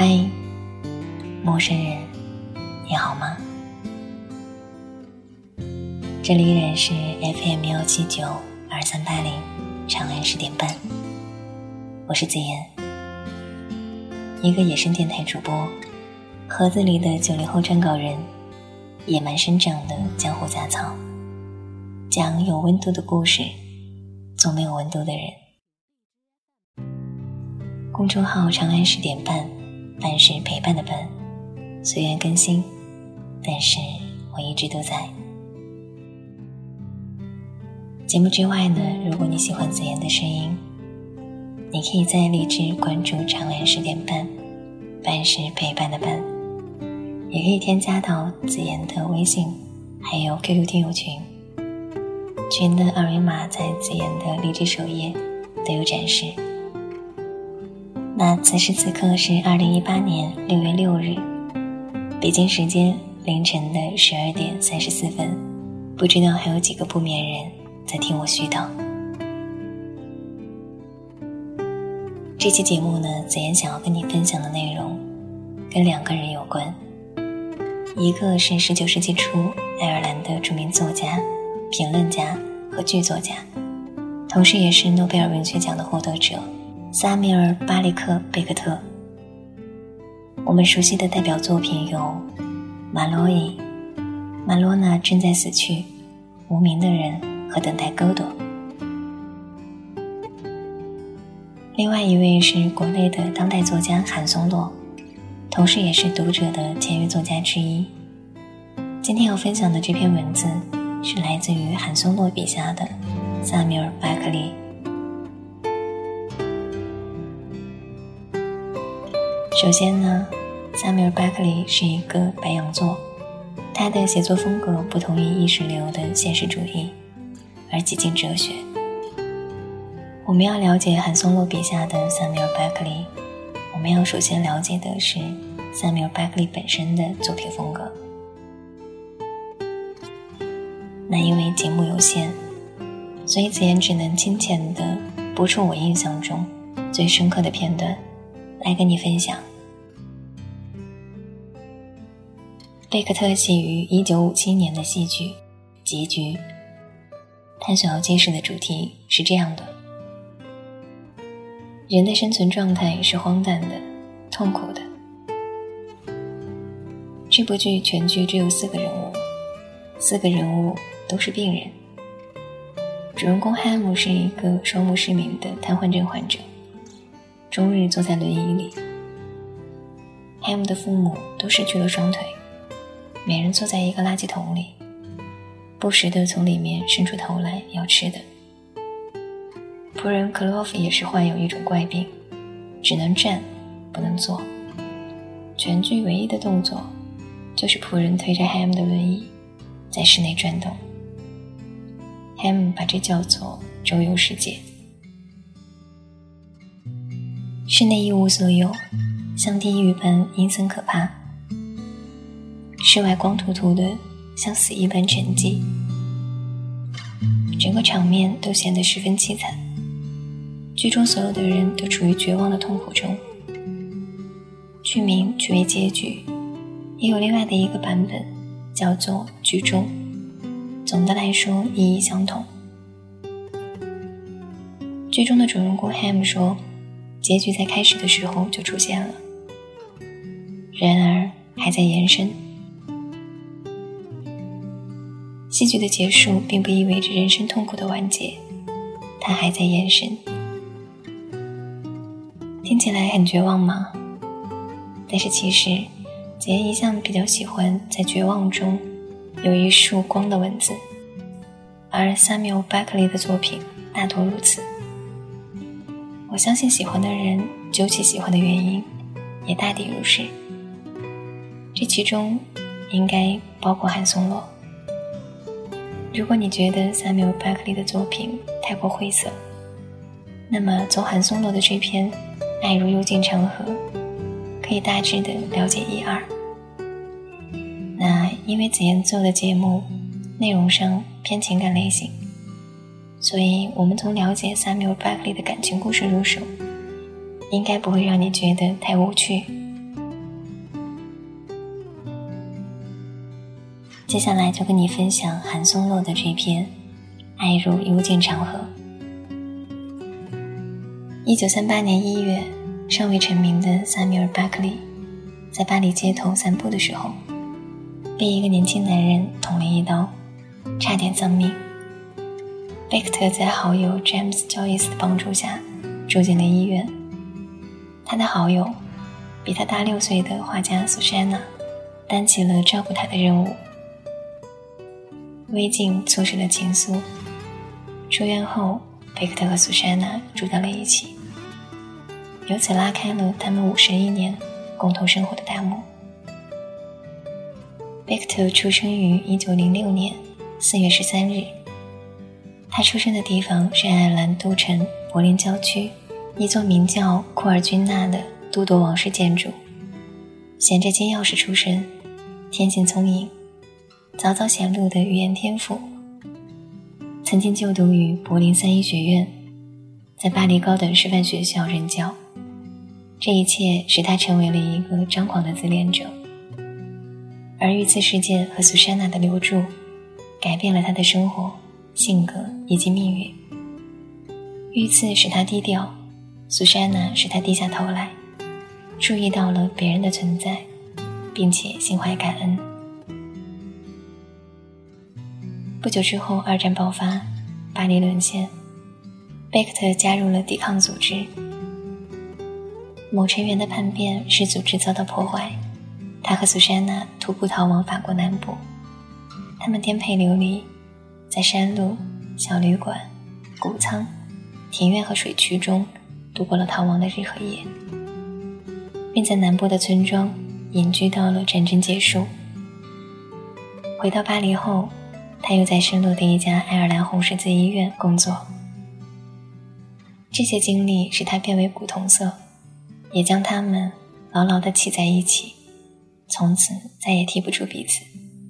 嗨，陌生人，你好吗？这里依然是 FM1792380长安10点半，我是子妍，一个野生电台主播，盒子里的90后撰稿人，野蛮生长的江湖杂草，讲有温度的故事，做没有温度的人。公众号长安10点半，伴是陪伴的伴，随缘更新，但是我一直都在。节目之外呢，如果你喜欢子妍的声音，你可以在荔枝关注长安10点半，伴是陪伴的伴，也可以添加到子妍的微信还有 QQ 听友群，群的二维码在子妍的荔枝首页都有展示。那此时此刻是2018年6月6日，北京时间凌晨的12点34分，不知道还有几个不眠人在听我絮叨。这期节目呢，子妍想要跟你分享的内容跟2个人有关，一个是19世纪初爱尔兰的著名作家、评论家和剧作家，同时也是诺贝尔文学奖的获得者萨米尔·巴里克·贝克特。我们熟悉的代表作品有马洛伊、马洛娜正在死去、无名的人和等待戈多。另外一位是国内的当代作家韩松洛，同时也是读者的签约作家之一。今天要分享的这篇文字是来自于韩松洛笔下的萨米尔·巴克利。首先呢，萨米尔·巴克利是一个白羊座，他的写作风格不同于意识流的现实主义，而极尽哲学。我们要了解韩松洛笔下的萨米尔·巴克利，我们要首先了解的是萨米尔·巴克利本身的作品风格。那因为节目有限，所以子妍只能轻浅地播出我印象中最深刻的片段来跟你分享。贝克特写于1957年的戏剧《结局》，他所要揭示的主题是这样的：人的生存状态是荒诞的、痛苦的。这部剧全剧只有4个人物，4个人物都是病人。主人公汉姆是一个双目失明的瘫痪症患者，终日坐在轮椅里。汉姆的父母都失去了双腿，每人坐在一个垃圾桶里，不时地从里面伸出头来要吃的。仆人克洛夫也是患有一种怪病，只能站不能坐，全剧唯一的动作就是仆人推着汉姆的轮椅在室内转动。汉姆把这叫做周游世界。室内一无所有，像地狱般阴森可怕，室外光秃秃的像死一般沉寂，整个场面都显得十分凄惨。剧中所有的人都处于绝望的痛苦中，剧名取为结局，也有另外的一个版本叫做剧终，总的来说意义相同。剧中的主人公 Ham 说，结局在开始的时候就出现了，然而还在延伸。戏剧的结束并不意味着人生痛苦的完结，它还在延伸。听起来很绝望吗？但是其实子妍一向比较喜欢在绝望中有一束光的文字，而萨缪尔·巴克利的作品大多如此。我相信喜欢的人究其喜欢的原因也大抵如是，这其中应该包括韩松洛。如果你觉得萨缪尔·巴克利的作品太过晦涩，那么从韩松洛的这篇《爱如幽静长河》可以大致的了解一二。那因为子妍做的节目内容上偏情感类型，所以我们从了解萨缪尔·巴克利的感情故事入手，应该不会让你觉得太无趣， 接下来就跟你分享韩松洛的这篇《爱如邮件长河》。1938年1月，尚未成名的萨米尔·巴克利在巴黎街头散步的时候，被一个年轻男人捅了一刀，差点丧命。贝克特在好友 James Joyce 的帮助下住进了医院。他的好友比他大6岁的画家苏珊娜担起了照顾他的任务。微镜促使了情愫，出院后贝克特和苏珊娜住到了一起，由此拉开了他们51年共同生活的大幕。贝克特出生于1906年4月13日，他出生的地方是爱尔兰都城柏林郊区一座名叫库尔均纳的都铎王室建筑。衔着金钥匙出身，天性聪颖，早早显露的语言天赋，曾经就读于柏林3一学院，在巴黎高等师范学校任教。这一切使他成为了一个张狂的自恋者，而遇刺事件和苏珊娜的留住改变了他的生活、性格以及命运。遇刺使他低调，苏珊娜使他低下头来，注意到了别人的存在，并且心怀感恩。不久之后，二战爆发，巴黎沦陷，贝克特加入了抵抗组织。某成员的叛变使组织遭到破坏，他和苏珊娜徒步逃往法国南部。他们颠沛流离，在山路、小旅馆、谷仓、庭院和水渠中度过了逃亡的日和夜，并在南部的村庄隐居到了战争结束。回到巴黎后，他又在圣洛的一家爱尔兰红十字医院工作。这些经历使他变为古铜色，也将他们牢牢地系在一起，从此再也踢不出彼此。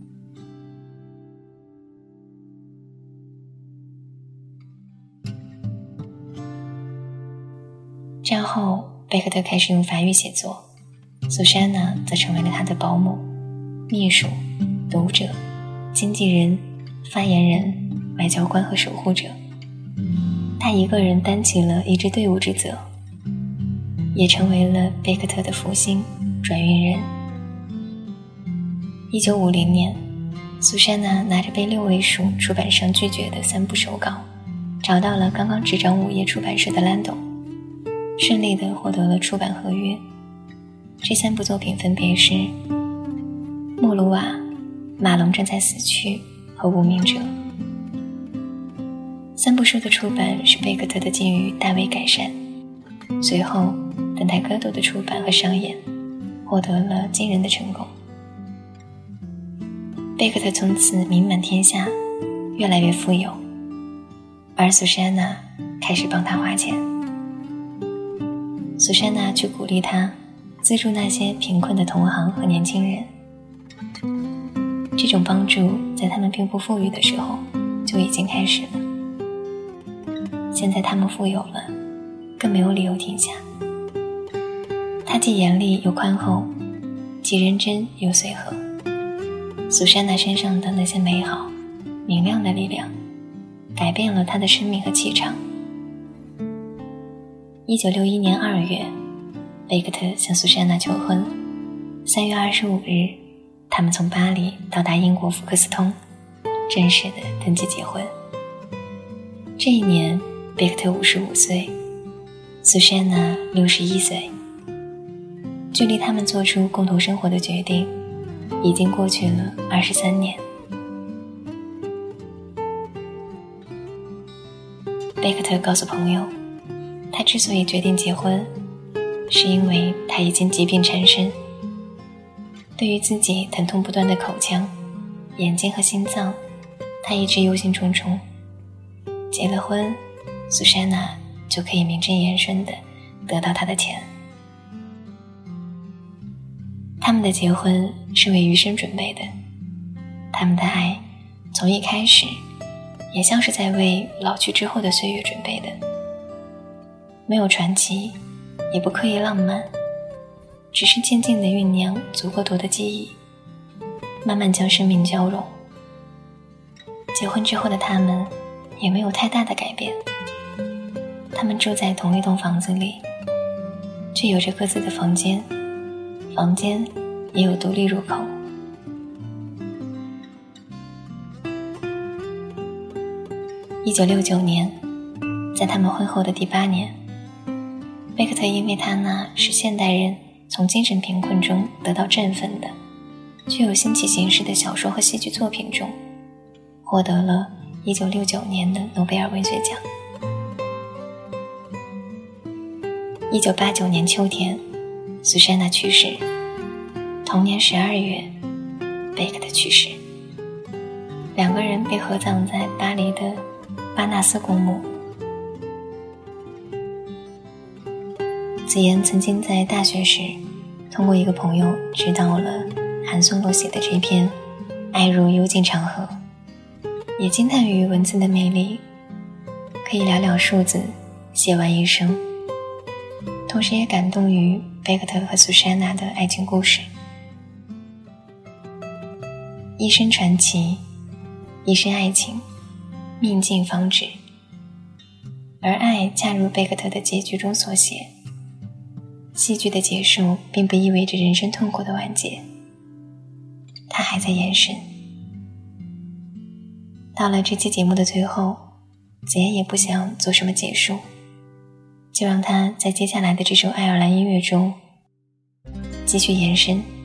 战后，贝克特开始用法语写作，苏珊娜则成为了他的保姆、秘书、读者、经纪人、发言人、外交官和守护者。他一个人担起了一支队伍之责，也成为了贝克特的福星、转运人。1950年，苏珊娜拿着被6位数出版商拒绝的3部手稿，找到了刚刚执掌午夜出版社的兰董，顺利地获得了出版合约。这3部作品分别是《莫鲁瓦》、《马龙正在死去》和《无名者》。3部书的出版使贝克特的境遇大为改善，随后等待戈多的出版和上演，获得了惊人的成功。贝克特从此名满天下，越来越富有，而苏珊娜开始帮他花钱。苏珊娜去鼓励他资助那些贫困的同行和年轻人。这种帮助在他们并不富裕的时候就已经开始了，现在他们富有了，更没有理由停下。他既严厉又宽厚，既认真又随和。苏珊娜身上的那些美好、明亮的力量，改变了他的生命和气场。1961年2月，贝克特向苏珊娜求婚。3月25日，他们从巴黎到达英国福克斯通，正式的登记结婚。这一年，贝克特55岁，苏珊娜61岁。距离他们做出共同生活的决定，已经过去了23年。贝克特告诉朋友，他之所以决定结婚，是因为他已经疾病缠身。对于自己疼痛不断的口腔、眼睛和心脏，他一直忧心忡忡。结了婚，苏珊娜就可以名正言顺地得到他的钱。他们的结婚是为余生准备的，他们的爱从一开始也像是在为老去之后的岁月准备的。没有传奇，也不刻意浪漫，只是静静地酝酿足够多的记忆。 慢慢将生命交融。结婚之后的他们也没有太大的改变，他们住在同一栋房子里，却有着各自的房间，房间也有独立入口。1969年，在他们婚后的第8年，贝克特因为他那使现代人从精神贫困中得到振奋的具有新奇形式的小说和戏剧作品中，获得了1969年的诺贝尔文学奖。1989年秋天，苏珊娜去世，同年12月，贝克特去世。两个人被合葬在巴黎的巴纳斯公墓。子妍曾经在大学时通过一个朋友知道了韩松洛写的这篇《爱如幽静长河》，也惊叹于文字的魅力，可以寥寥数字写完一生，同时也感动于贝克特和苏珊娜的爱情故事。一生传奇，一生爱情，命尽方止。而爱恰如贝克特的结局中所写，戏剧的结束并不意味着人生痛苦的完结，它还在延伸。到了这期节目的最后，子妍也不想做什么结束，就让它在接下来的这首爱尔兰音乐中继续延伸，